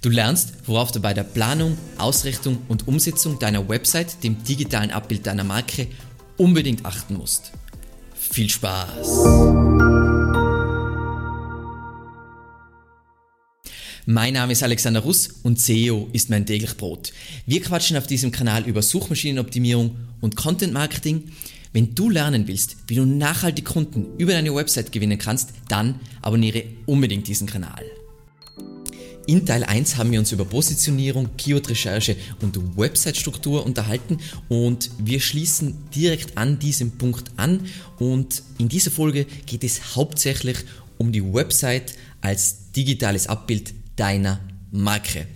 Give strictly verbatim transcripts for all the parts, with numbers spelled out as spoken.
Du lernst, worauf du bei der Planung, Ausrichtung und Umsetzung deiner Website, dem digitalen Abbild deiner Marke, unbedingt achten musst. Viel Spaß! Mein Name ist Alexander Russ und S E O ist mein täglich Brot. Wir quatschen auf diesem Kanal über Suchmaschinenoptimierung und Content Marketing. Wenn du lernen willst, wie du nachhaltig Kunden über deine Website gewinnen kannst, dann abonniere unbedingt diesen Kanal. In Teil eins haben wir uns über Positionierung, Keyword-Recherche und Website-Struktur unterhalten und wir schließen direkt an diesem Punkt an und in dieser Folge geht es hauptsächlich um die Website als digitales Abbild deiner Marke.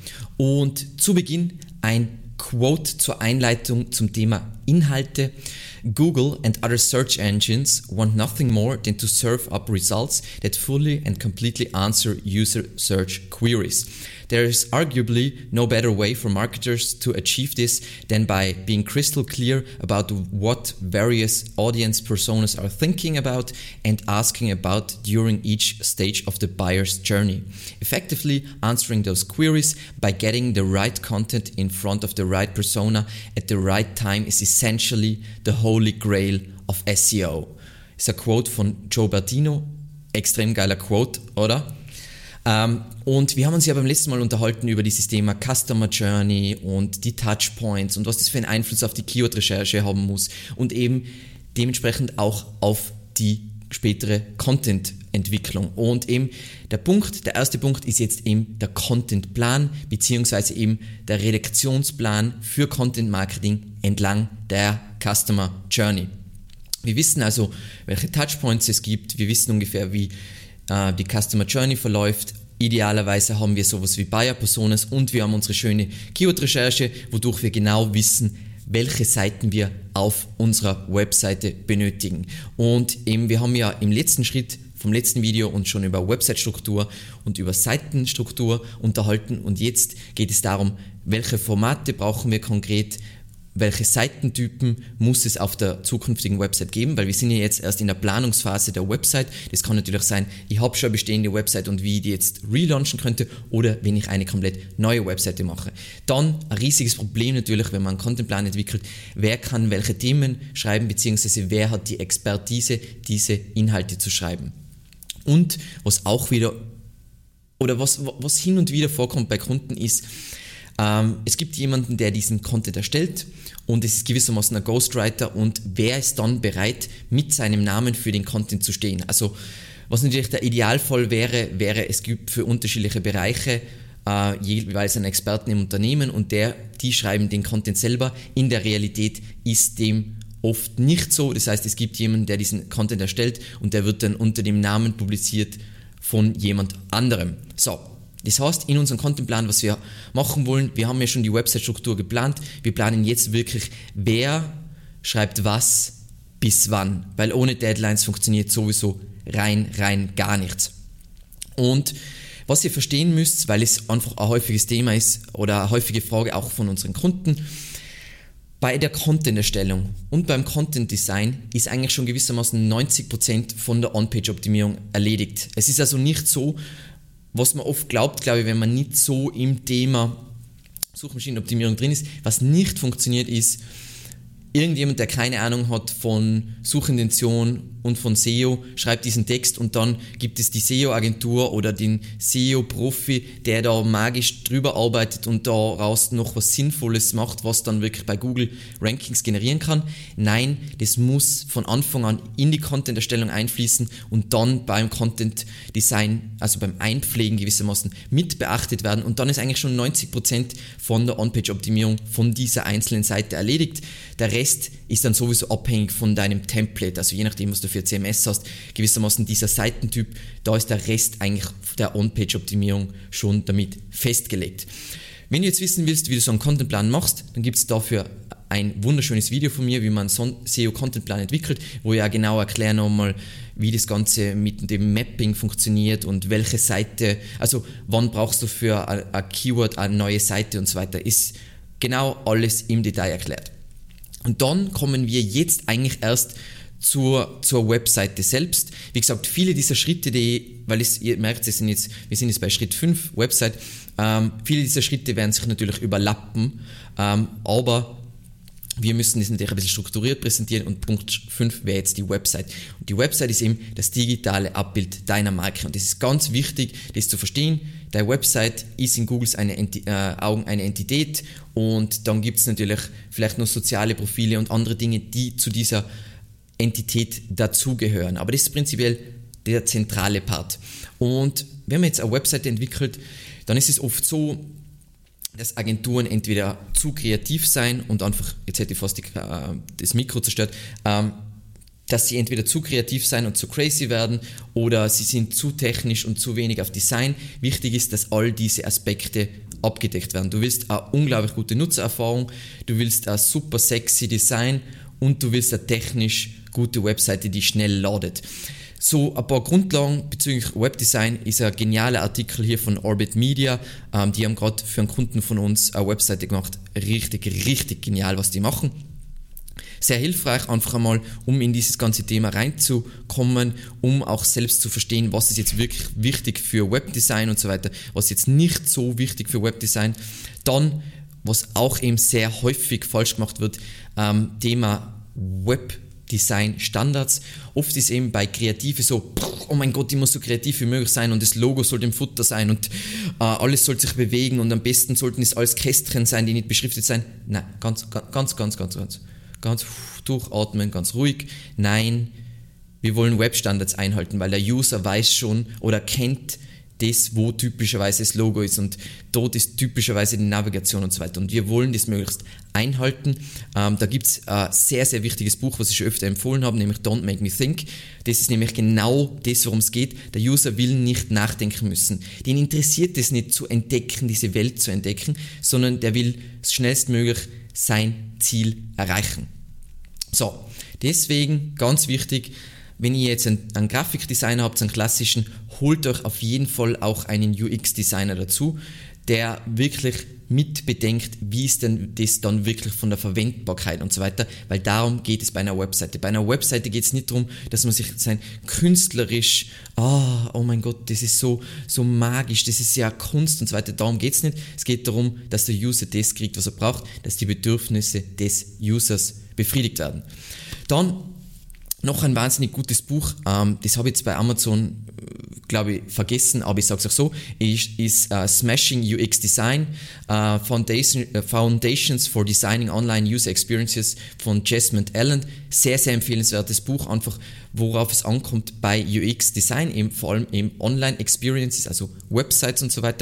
Und zu Beginn ein Quote zur Einleitung zum Thema Inhalte. Google and other search engines want nothing more than to serve up results that fully and completely answer user search queries. There is arguably no better way for marketers to achieve this than by being crystal clear about what various audience personas are thinking about and asking about during each stage of the buyer's journey. Effectively answering those queries by getting the right content in front of the right persona at the right time is essentially the holy grail of S E O. Das ist ein Quote von Joe Bardino. Extrem geiler Quote, oder? Ähm, und wir haben uns ja beim letzten Mal unterhalten über dieses Thema Customer Journey und die Touchpoints und was das für einen Einfluss auf die Keyword-Recherche haben muss und eben dementsprechend auch auf die spätere Content-Entwicklung. Und eben der Punkt, der erste Punkt ist jetzt eben der Content-Plan beziehungsweise eben der Redaktionsplan für Content-Marketing entlang der Customer Journey. Wir wissen also, welche Touchpoints es gibt, wir wissen ungefähr, wie äh, die Customer Journey verläuft. Idealerweise haben wir sowas wie Buyer-Personas und wir haben unsere schöne Keyword-Recherche, wodurch wir genau wissen, welche Seiten wir auf unserer Webseite benötigen. Und eben, wir haben ja im letzten Schritt vom letzten Video uns schon über Website-Struktur und über Seitenstruktur unterhalten und jetzt geht es darum, welche Formate brauchen wir konkret, welche Seitentypen muss es auf der zukünftigen Website geben, weil wir sind ja jetzt erst in der Planungsphase der Website. Das kann natürlich sein, ich habe schon eine bestehende Website und wie ich die jetzt relaunchen könnte oder wenn ich eine komplett neue Webseite mache. Dann ein riesiges Problem natürlich, wenn man einen Contentplan entwickelt, wer kann welche Themen schreiben, beziehungsweise wer hat die Expertise, diese Inhalte zu schreiben. Und was auch wieder, oder was, was hin und wieder vorkommt bei Kunden ist, ähm, es gibt jemanden, der diesen Content erstellt und es ist gewissermaßen ein Ghostwriter und wer ist dann bereit, mit seinem Namen für den Content zu stehen. Also was natürlich der Idealfall wäre, wäre es gibt für unterschiedliche Bereiche äh, jeweils einen Experten im Unternehmen und der, die schreiben den Content selber. In der Realität ist dem oft nicht so, das heißt, es gibt jemanden, der diesen Content erstellt und der wird dann unter dem Namen publiziert von jemand anderem. So, das heißt, in unserem Contentplan, was wir machen wollen, wir haben ja schon die Website-Struktur geplant, wir planen jetzt wirklich, wer schreibt was bis wann, weil ohne Deadlines funktioniert sowieso rein, rein gar nichts. Und was ihr verstehen müsst, weil es einfach ein häufiges Thema ist oder eine häufige Frage auch von unseren Kunden, bei der Content-Erstellung und beim Content-Design ist eigentlich schon gewissermaßen neunzig Prozent von der On-Page-Optimierung erledigt. Es ist also nicht so, was man oft glaubt, glaube ich, wenn man nicht so im Thema Suchmaschinenoptimierung drin ist, was nicht funktioniert ist, irgendjemand, der keine Ahnung hat von Suchintention und von S E O, schreibt diesen Text und dann gibt es die S E O-Agentur oder den S E O-Profi, der da magisch drüber arbeitet und daraus noch was Sinnvolles macht, was dann wirklich bei Google Rankings generieren kann. Nein, das muss von Anfang an in die Content-Erstellung einfließen und dann beim Content-Design, also beim Einpflegen gewissermaßen mit beachtet werden und dann ist eigentlich schon neunzig Prozent von der On-Page-Optimierung von dieser einzelnen Seite erledigt. Der Rest ist dann sowieso abhängig von deinem Template, also je nachdem, was du für C M S hast, gewissermaßen dieser Seitentyp, da ist der Rest eigentlich der On-Page-Optimierung schon damit festgelegt. Wenn du jetzt wissen willst, wie du so einen Contentplan machst, dann gibt es dafür ein wunderschönes Video von mir, wie man so einen S E O-Contentplan entwickelt, wo ich auch genau erkläre nochmal, wie das Ganze mit dem Mapping funktioniert und welche Seite, also wann brauchst du für ein Keyword eine neue Seite und so weiter, ist genau alles im Detail erklärt. Und dann kommen wir jetzt eigentlich erst zur, zur Webseite selbst. Wie gesagt, viele dieser Schritte, die, weil es, ihr merkt, wir sind jetzt, wir sind jetzt bei Schritt fünf, Website, Ähm, viele dieser Schritte werden sich natürlich überlappen, ähm, aber wir müssen das natürlich ein bisschen strukturiert präsentieren und Punkt fünf wäre jetzt die Website. Und die Website ist eben das digitale Abbild deiner Marke und es ist ganz wichtig, das zu verstehen. Deine Website ist in Googles eine Enti- äh, Augen eine Entität und dann gibt es natürlich vielleicht noch soziale Profile und andere Dinge, die zu dieser Entität dazugehören. Aber das ist prinzipiell der zentrale Part. Und wenn man jetzt eine Website entwickelt, dann ist es oft so, dass Agenturen entweder zu kreativ sein und einfach, jetzt hätte ich fast die, äh, das Mikro zerstört, ähm, dass sie entweder zu kreativ sein und zu crazy werden oder sie sind zu technisch und zu wenig auf Design. Wichtig ist, dass all diese Aspekte abgedeckt werden. Du willst eine unglaublich gute Nutzererfahrung, du willst ein super sexy Design und du willst eine technisch gute Webseite, die schnell ladet. So ein paar Grundlagen bezüglich Webdesign ist ein genialer Artikel hier von Orbit Media. Ähm, die haben gerade für einen Kunden von uns eine Webseite gemacht. Richtig, richtig genial, was die machen. Sehr hilfreich, einfach einmal, um in dieses ganze Thema reinzukommen, um auch selbst zu verstehen, was ist jetzt wirklich wichtig für Webdesign und so weiter, was ist jetzt nicht so wichtig für Webdesign. Dann, was auch eben sehr häufig falsch gemacht wird, ähm, Thema Webdesign. Design-Standards. Oft ist eben bei Kreativen so, oh mein Gott, ich muss so kreativ wie möglich sein und das Logo soll im Footer sein und äh, alles soll sich bewegen und am besten sollten es alles Kästchen sein, die nicht beschriftet sein. Nein, ganz, ganz, ganz, ganz, ganz, ganz durchatmen, ganz ruhig. Nein, wir wollen Webstandards einhalten, weil der User weiß schon oder kennt das, wo typischerweise das Logo ist und dort ist typischerweise die Navigation und so weiter und wir wollen das möglichst einhalten. Ähm, da gibt es ein sehr, sehr wichtiges Buch, was ich schon öfter empfohlen habe, nämlich Don't Make Me Think. Das ist nämlich genau das, worum es geht. Der User will nicht nachdenken müssen. Den interessiert es nicht zu entdecken, diese Welt zu entdecken, sondern der will schnellstmöglich sein Ziel erreichen. So, deswegen ganz wichtig, wenn ihr jetzt einen, einen Grafikdesigner habt, einen klassischen, holt euch auf jeden Fall auch einen U X-Designer dazu, der wirklich mitbedenkt, wie ist denn das dann wirklich von der Verwendbarkeit und so weiter, weil darum geht es bei einer Webseite. Bei einer Webseite geht es nicht darum, dass man sich sein künstlerisch, oh, oh mein Gott, das ist so, so magisch, das ist ja Kunst und so weiter, darum geht es nicht. Es geht darum, dass der User das kriegt, was er braucht, dass die Bedürfnisse des Users befriedigt werden. Dann noch ein wahnsinnig gutes Buch, ähm, das habe ich jetzt bei Amazon, glaube ich, vergessen, aber ich sage es auch so, ist, ist uh, Smashing U X Design, uh, Foundation, uh, Foundations for Designing Online User Experiences von Jesmond Allen. Sehr, sehr empfehlenswertes Buch, einfach worauf es ankommt bei U X Design, eben vor allem eben Online Experiences, also Websites und so weiter.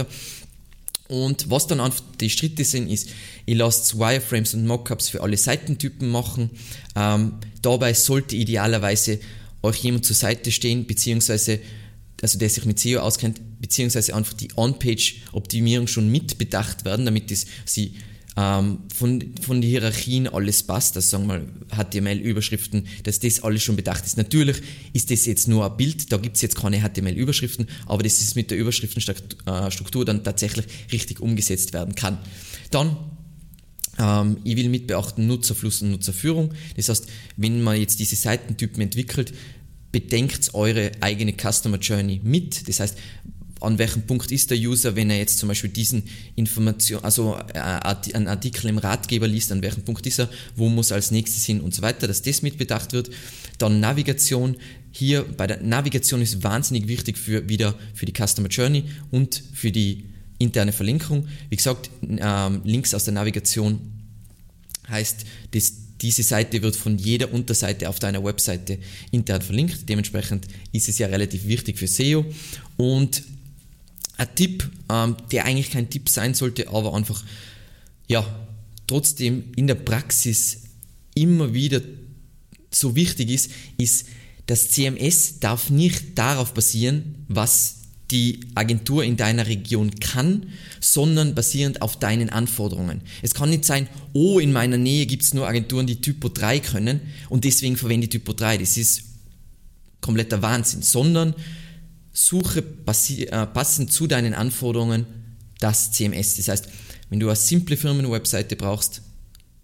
Und was dann einfach die Schritte sind, ist, ihr lasst Wireframes und Mockups für alle Seitentypen machen. Ähm, dabei sollte idealerweise euch jemand zur Seite stehen, beziehungsweise, also der sich mit S E O auskennt, beziehungsweise einfach die On-Page-Optimierung schon mit bedacht werden, damit das sie ähm, von, von den Hierarchien alles passt, also sagen wir mal H T M L-Überschriften, dass das alles schon bedacht ist. Natürlich ist das jetzt nur ein Bild, da gibt es jetzt keine H T M L-Überschriften, aber das ist mit der Überschriftenstruktur dann tatsächlich richtig umgesetzt werden kann. Dann ähm, ich will mit beachten Nutzerfluss und Nutzerführung, das heißt, wenn man jetzt diese Seitentypen entwickelt, bedenkt eure eigene Customer Journey mit, das heißt, an welchem Punkt ist der User, wenn er jetzt zum Beispiel diesen Information, also einen Artikel im Ratgeber liest, an welchem Punkt ist er, wo muss er als nächstes hin und so weiter, dass das mit bedacht wird. Dann Navigation, hier bei der Navigation ist wahnsinnig wichtig für wieder für die Customer Journey und für die interne Verlinkung. Wie gesagt, ähm, Links aus der Navigation heißt, dass diese Seite wird von jeder Unterseite auf deiner Webseite intern verlinkt, dementsprechend ist es ja relativ wichtig für S E O. Und ein Tipp, ähm, der eigentlich kein Tipp sein sollte, aber einfach, ja, trotzdem in der Praxis immer wieder so wichtig ist, ist, das C M S darf nicht darauf basieren, was die Agentur in deiner Region kann, sondern basierend auf deinen Anforderungen. Es kann nicht sein, oh, in meiner Nähe gibt es nur Agenturen, die Typo drei können und deswegen verwende ich Typo drei. Das ist kompletter Wahnsinn, sondern suche passi- äh, passend zu deinen Anforderungen das C M S. Das heißt, wenn du eine simple Firmenwebseite brauchst,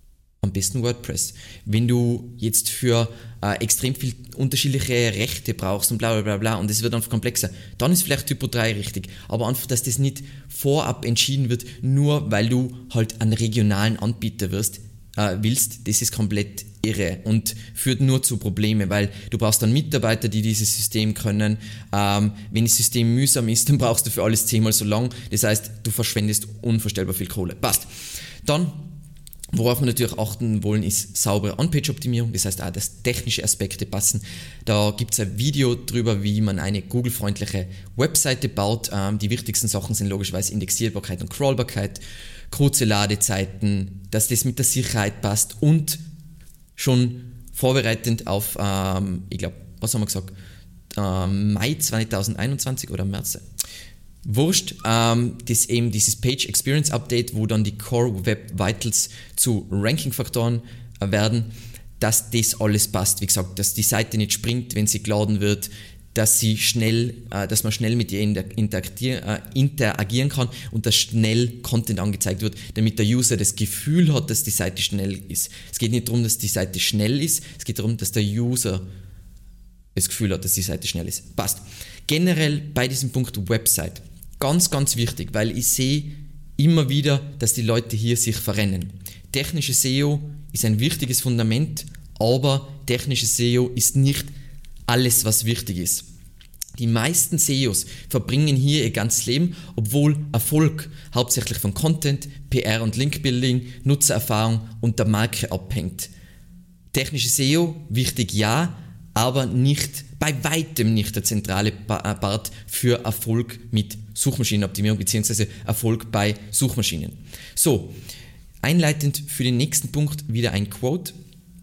Am besten WordPress. Wenn du jetzt für äh, extrem viel unterschiedliche Rechte brauchst und bla bla bla bla und es wird einfach komplexer, dann ist vielleicht Typo drei richtig. Aber einfach, dass das nicht vorab entschieden wird, nur weil du halt einen regionalen Anbieter wirst, äh, willst, das ist komplett irre und führt nur zu Problemen, weil du brauchst dann Mitarbeiter, die dieses System können. Ähm, wenn das System mühsam ist, dann brauchst du für alles zehnmal so lang. Das heißt, du verschwendest unvorstellbar viel Kohle. Passt. Dann worauf wir natürlich achten wollen, ist saubere On-Page-Optimierung, das heißt auch, dass technische Aspekte passen. Da gibt es ein Video drüber, wie man eine Google-freundliche Webseite baut. Ähm, die wichtigsten Sachen sind logischerweise Indexierbarkeit und Crawlbarkeit, kurze Ladezeiten, dass das mit der Sicherheit passt und schon vorbereitend auf, ähm, ich glaube, was haben wir gesagt, ähm, Mai zweitausendeinundzwanzig oder März. Wurscht, ähm, das eben dieses Page Experience Update, wo dann die Core Web Vitals zu Ranking-Faktoren äh, werden, dass das alles passt. Wie gesagt, dass die Seite nicht springt, wenn sie geladen wird, dass sie schnell, äh, dass man schnell mit ihr interagieren, äh, interagieren kann und dass schnell Content angezeigt wird, damit der User das Gefühl hat, dass die Seite schnell ist. Es geht nicht darum, dass die Seite schnell ist, es geht darum, dass der User das Gefühl hat, dass die Seite schnell ist. Passt. Generell bei diesem Punkt Website. Ganz, ganz wichtig, weil ich sehe immer wieder, dass die Leute hier sich verrennen. Technisches S E O ist ein wichtiges Fundament, aber technisches S E O ist nicht alles, was wichtig ist. Die meisten S E Os verbringen hier ihr ganzes Leben, obwohl Erfolg hauptsächlich von Content, P R und Linkbuilding, Nutzererfahrung und der Marke abhängt. Technisches S E O, wichtig ja, aber nicht, bei weitem nicht der zentrale Part für Erfolg mit Suchmaschinenoptimierung bzw. Erfolg bei Suchmaschinen. So, einleitend für den nächsten Punkt wieder ein Quote.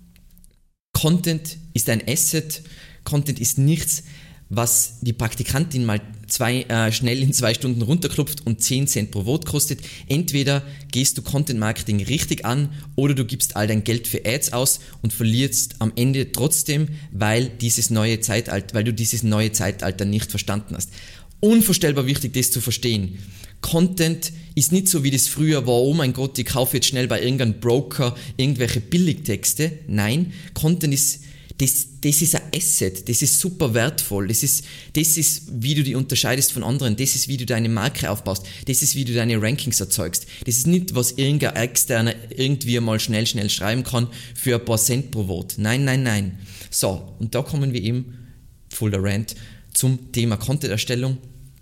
Content ist ein Asset. Content ist nichts, was die Praktikantin mal zwei, äh, schnell in zwei Stunden runterklopft und zehn Cent pro Wort kostet. Entweder gehst du Content Marketing richtig an oder du gibst all dein Geld für Ads aus und verlierst am Ende trotzdem, weil dieses neue Zeitalter, weil du dieses neue Zeitalter nicht verstanden hast. Unvorstellbar wichtig, das zu verstehen. Content ist nicht so, wie das früher war, oh mein Gott, ich kaufe jetzt schnell bei irgendeinem Broker irgendwelche Billigtexte. Nein, Content ist Das, das ist ein Asset, das ist super wertvoll, das ist, das ist, wie du dich unterscheidest von anderen, das ist, wie du deine Marke aufbaust, das ist, wie du deine Rankings erzeugst. Das ist nicht, was irgendein Externer irgendwie mal schnell, schnell schreiben kann für ein paar Cent pro Wort. Nein, nein, nein. So, und da kommen wir eben, full der Rant, zum Thema Content-Erstellung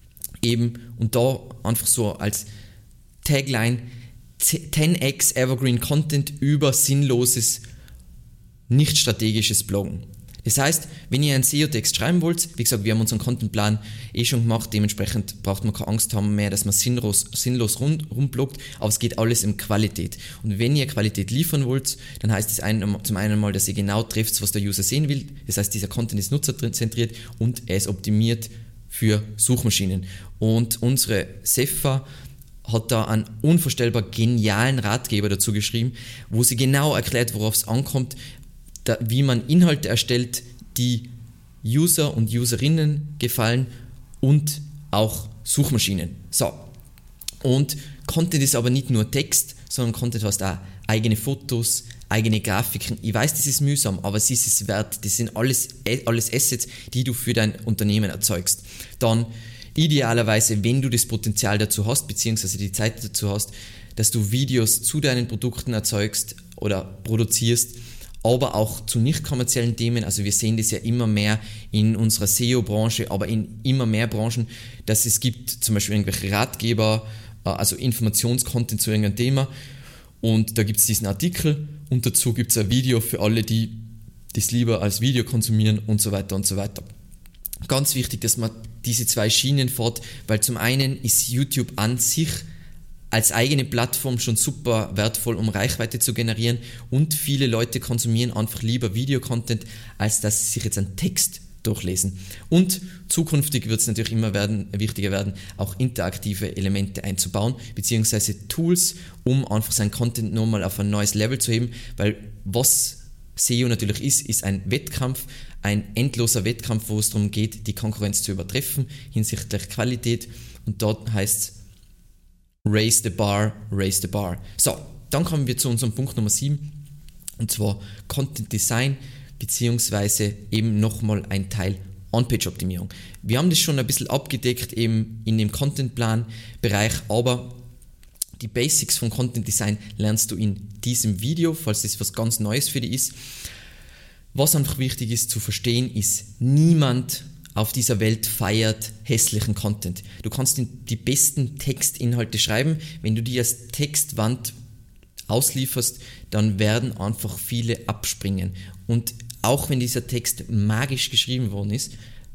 eben, und da einfach so als Tagline, zehn x Evergreen Content über sinnloses nicht strategisches Bloggen. Das heißt, wenn ihr einen S E O-Text schreiben wollt, wie gesagt, wir haben unseren Contentplan eh schon gemacht, dementsprechend braucht man keine Angst haben mehr, dass man sinnlos, sinnlos rum, rumbloggt, aber es geht alles um Qualität. Und wenn ihr Qualität liefern wollt, dann heißt es ein, zum einen mal, dass ihr genau trefft, was der User sehen will. Das heißt, dieser Content ist nutzerzentriert und er ist optimiert für Suchmaschinen. Und unsere Sefa hat da einen unvorstellbar genialen Ratgeber dazu geschrieben, wo sie genau erklärt, worauf es ankommt, da, wie man Inhalte erstellt, die User und Userinnen gefallen und auch Suchmaschinen. So, und Content ist aber nicht nur Text, sondern Content heißt auch eigene Fotos, eigene Grafiken. Ich weiß, das ist mühsam, aber es ist es wert. Das sind alles, alles Assets, die du für dein Unternehmen erzeugst. Dann idealerweise, wenn du das Potenzial dazu hast, beziehungsweise die Zeit dazu hast, dass du Videos zu deinen Produkten erzeugst oder produzierst, aber auch zu nicht kommerziellen Themen. Also wir sehen das ja immer mehr in unserer S E O-Branche, aber in immer mehr Branchen, dass es gibt zum Beispiel irgendwelche Ratgeber, also Informationscontent zu irgendeinem Thema, und da gibt es diesen Artikel und dazu gibt es ein Video für alle, die das lieber als Video konsumieren und so weiter und so weiter. Ganz wichtig, dass man diese zwei Schienen fährt, weil zum einen ist YouTube an sich als eigene Plattform schon super wertvoll, um Reichweite zu generieren, und viele Leute konsumieren einfach lieber Videocontent, als dass sie sich jetzt einen Text durchlesen. Und zukünftig wird es natürlich immer werden, wichtiger werden, auch interaktive Elemente einzubauen, beziehungsweise Tools, um einfach seinen Content nochmal auf ein neues Level zu heben, weil was S E O natürlich ist, ist ein Wettkampf, ein endloser Wettkampf, wo es darum geht, die Konkurrenz zu übertreffen hinsichtlich Qualität, und dort heißt es Raise the bar, raise the bar. So, dann kommen wir zu unserem Punkt Nummer sieben. und zwar Content Design beziehungsweise eben nochmal ein Teil On-Page-Optimierung. Wir haben das schon ein bisschen abgedeckt eben in dem Content-Plan-Bereich, aber die Basics von Content Design lernst du in diesem Video, falls das was ganz Neues für dich ist. Was einfach wichtig ist zu verstehen, ist, niemand auf dieser Welt feiert hässlichen Content. Du kannst die besten Textinhalte schreiben, wenn du die als Textwand auslieferst, dann werden einfach viele abspringen. Und auch wenn dieser Text magisch geschrieben worden ist,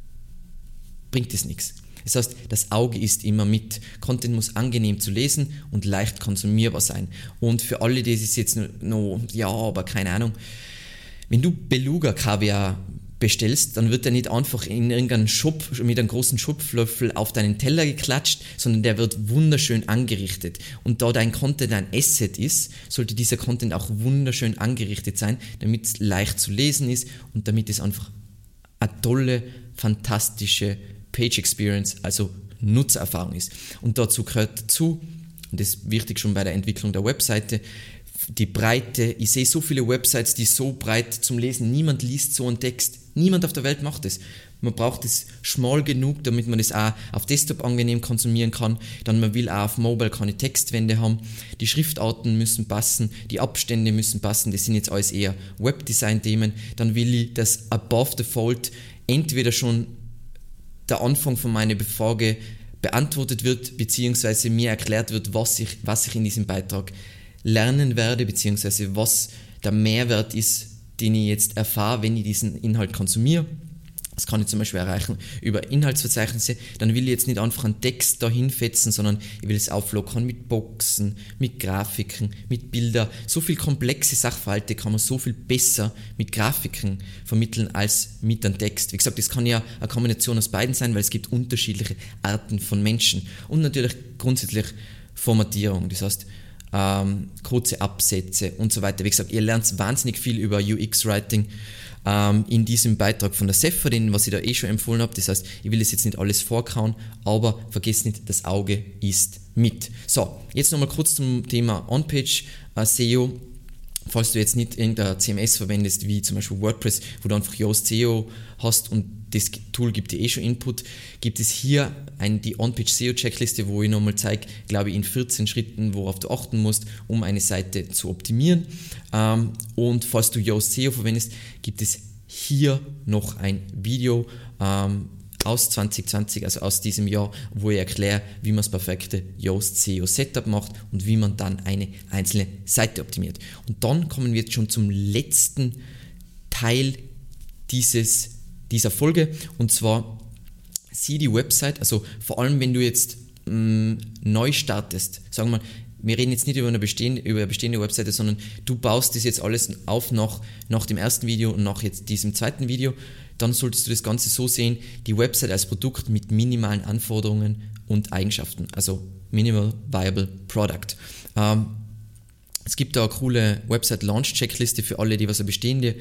bringt es nichts. Das heißt, das Auge ist immer mit. Content muss angenehm zu lesen und leicht konsumierbar sein. Und für alle, die es jetzt noch, ja, aber keine Ahnung, wenn du Beluga-Kaviar bestellst, dann wird der nicht einfach in irgendeinem Schopf mit einem großen Schopflöffel auf deinen Teller geklatscht, sondern der wird wunderschön angerichtet. Und da dein Content ein Asset ist, sollte dieser Content auch wunderschön angerichtet sein, damit es leicht zu lesen ist und damit es einfach eine tolle, fantastische Page Experience, also Nutzererfahrung ist. Und dazu gehört dazu, und das ist wichtig schon bei der Entwicklung der Webseite, die Breite. Ich sehe so viele Websites, die so breit zum Lesen, niemand liest so einen Text. Niemand auf der Welt macht es. Man braucht es schmal genug, damit man das auch auf Desktop angenehm konsumieren kann. Dann man will auch auf Mobile keine Textwände haben. Die Schriftarten müssen passen, die Abstände müssen passen. Das sind jetzt alles eher Webdesign-Themen. Dann will ich, dass above the fold entweder schon der Anfang von meiner Frage beantwortet wird, beziehungsweise mir erklärt wird, was ich, was ich in diesem Beitrag lernen werde, beziehungsweise was der Mehrwert ist, den ich jetzt erfahre, wenn ich diesen Inhalt konsumiere. Das kann ich zum Beispiel erreichen über Inhaltsverzeichnisse. Dann will ich jetzt nicht einfach einen Text dahin fetzen, sondern ich will es auflockern mit Boxen, mit Grafiken, mit Bildern. So viel komplexe Sachverhalte kann man so viel besser mit Grafiken vermitteln als mit einem Text. Wie gesagt, das kann ja eine Kombination aus beiden sein, weil es gibt unterschiedliche Arten von Menschen. Und natürlich grundsätzlich Formatierung, das heißt ähm, kurze Absätze und so weiter. Wie gesagt, ihr lernt wahnsinnig viel über U X-Writing ähm, in diesem Beitrag von der Seferin, was ich da eh schon empfohlen habe. Das heißt, ich will es jetzt nicht alles vorkauen, aber vergesst nicht, das Auge ist mit. So, jetzt nochmal kurz zum Thema On-Page äh, S E O. Falls du jetzt nicht irgendein C M S verwendest, wie zum Beispiel WordPress, wo du einfach Yoast S E O hast und das Tool gibt dir eh schon Input, gibt es hier ein, die On-Page S E O-Checkliste, wo ich nochmal zeige, glaube ich, in vierzehn Schritten, worauf du achten musst, um eine Seite zu optimieren. Ähm, und falls du Yoast S E O verwendest, gibt es hier noch ein Video ähm, aus zwanzig zwanzig, also aus diesem Jahr, wo ich erkläre, wie man das perfekte Yoast S E O Setup macht und wie man dann eine einzelne Seite optimiert. Und dann kommen wir jetzt schon zum letzten Teil dieses, dieser Folge, und zwar sieh die Website, also vor allem wenn du jetzt mh, neu startest, sagen wir mal, wir reden jetzt nicht über eine bestehende, über eine bestehende Webseite, sondern du baust das jetzt alles auf nach, nach dem ersten Video und nach jetzt diesem zweiten Video. Dann solltest du das Ganze so sehen, die Website als Produkt mit minimalen Anforderungen und Eigenschaften, also Minimal Viable Product. Ähm, es gibt da eine coole Website-Launch-Checkliste für alle, die was eine bestehende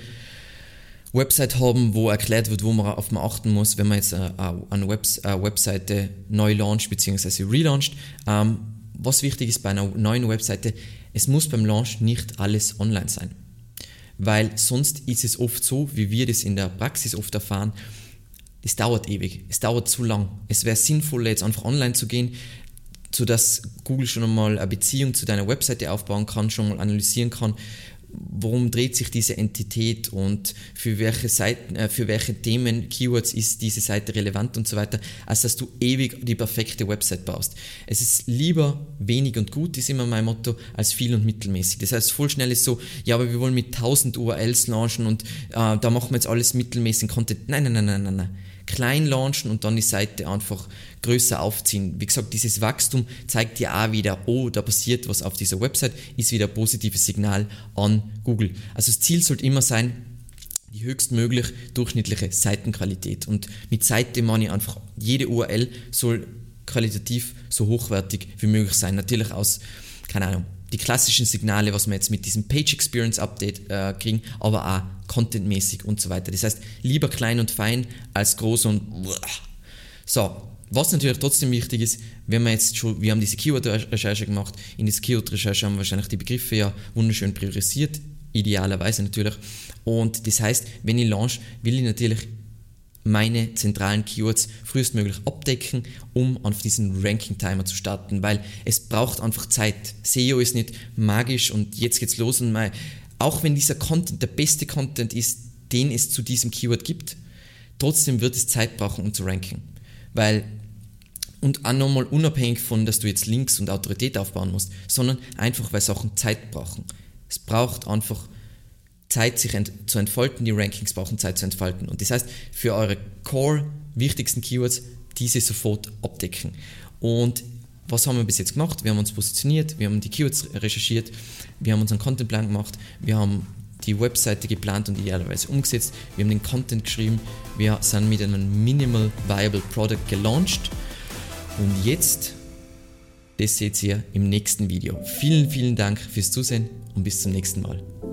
Website haben, wo erklärt wird, wo man auf man achten muss, wenn man jetzt eine, eine, Webs- eine Webseite neu launcht bzw. relauncht. Ähm, was wichtig ist bei einer neuen Webseite, es muss beim Launch nicht alles online sein. Weil sonst ist es oft so, wie wir das in der Praxis oft erfahren, es dauert ewig, es dauert zu lang. Es wäre sinnvoller, jetzt einfach online zu gehen, sodass Google schon einmal eine Beziehung zu deiner Webseite aufbauen kann, schon mal analysieren kann, worum dreht sich diese Entität und für welche Seiten, äh, für welche Themen, Keywords ist diese Seite relevant und so weiter, als dass du ewig die perfekte Website baust. Es ist lieber wenig und gut, ist immer mein Motto, als viel und mittelmäßig. Das heißt, voll schnell ist so, ja, aber wir wollen mit tausend U R Ls launchen und äh, da machen wir jetzt alles mittelmäßigen Content. Nein, nein, nein, nein, nein, nein. Klein launchen und dann die Seite einfach größer aufziehen. Wie gesagt, dieses Wachstum zeigt dir auch wieder, oh, da passiert was auf dieser Website, ist wieder ein positives Signal an Google. Also das Ziel sollte immer sein, die höchstmöglich durchschnittliche Seitenqualität. Und mit Seite meine ich einfach, jede U R L soll qualitativ so hochwertig wie möglich sein. Natürlich aus, keine Ahnung, die klassischen Signale, was wir jetzt mit diesem Page Experience Update äh, kriegen, aber auch contentmäßig und so weiter. Das heißt, lieber klein und fein als groß und so. Was natürlich trotzdem wichtig ist, wenn wir jetzt schon, wir haben diese Keyword-Recherche gemacht, in dieser Keyword-Recherche haben wir wahrscheinlich die Begriffe ja wunderschön priorisiert idealerweise natürlich. Und das heißt, wenn ich launch, will ich natürlich meine zentralen Keywords frühestmöglich abdecken, um auf diesen Ranking-Timer zu starten, weil es braucht einfach Zeit. S E O ist nicht magisch und jetzt geht's los und mal, auch wenn dieser Content der beste Content ist, den es zu diesem Keyword gibt, trotzdem wird es Zeit brauchen, um zu ranken. Weil, und auch nochmal unabhängig von, dass du jetzt Links und Autorität aufbauen musst, sondern einfach, weil Sachen Zeit brauchen. Es braucht einfach Zeit, sich ent- zu entfalten, die Rankings brauchen Zeit zu entfalten. Und das heißt, für eure Core wichtigsten Keywords, diese sofort abdecken. Und was haben wir bis jetzt gemacht? Wir haben uns positioniert, wir haben die Keywords recherchiert, wir haben unseren Contentplan gemacht, wir haben die Webseite geplant und idealerweise umgesetzt, wir haben den Content geschrieben, wir sind mit einem Minimal Viable Product gelauncht und jetzt, das seht ihr im nächsten Video. Vielen, vielen Dank fürs Zusehen und bis zum nächsten Mal.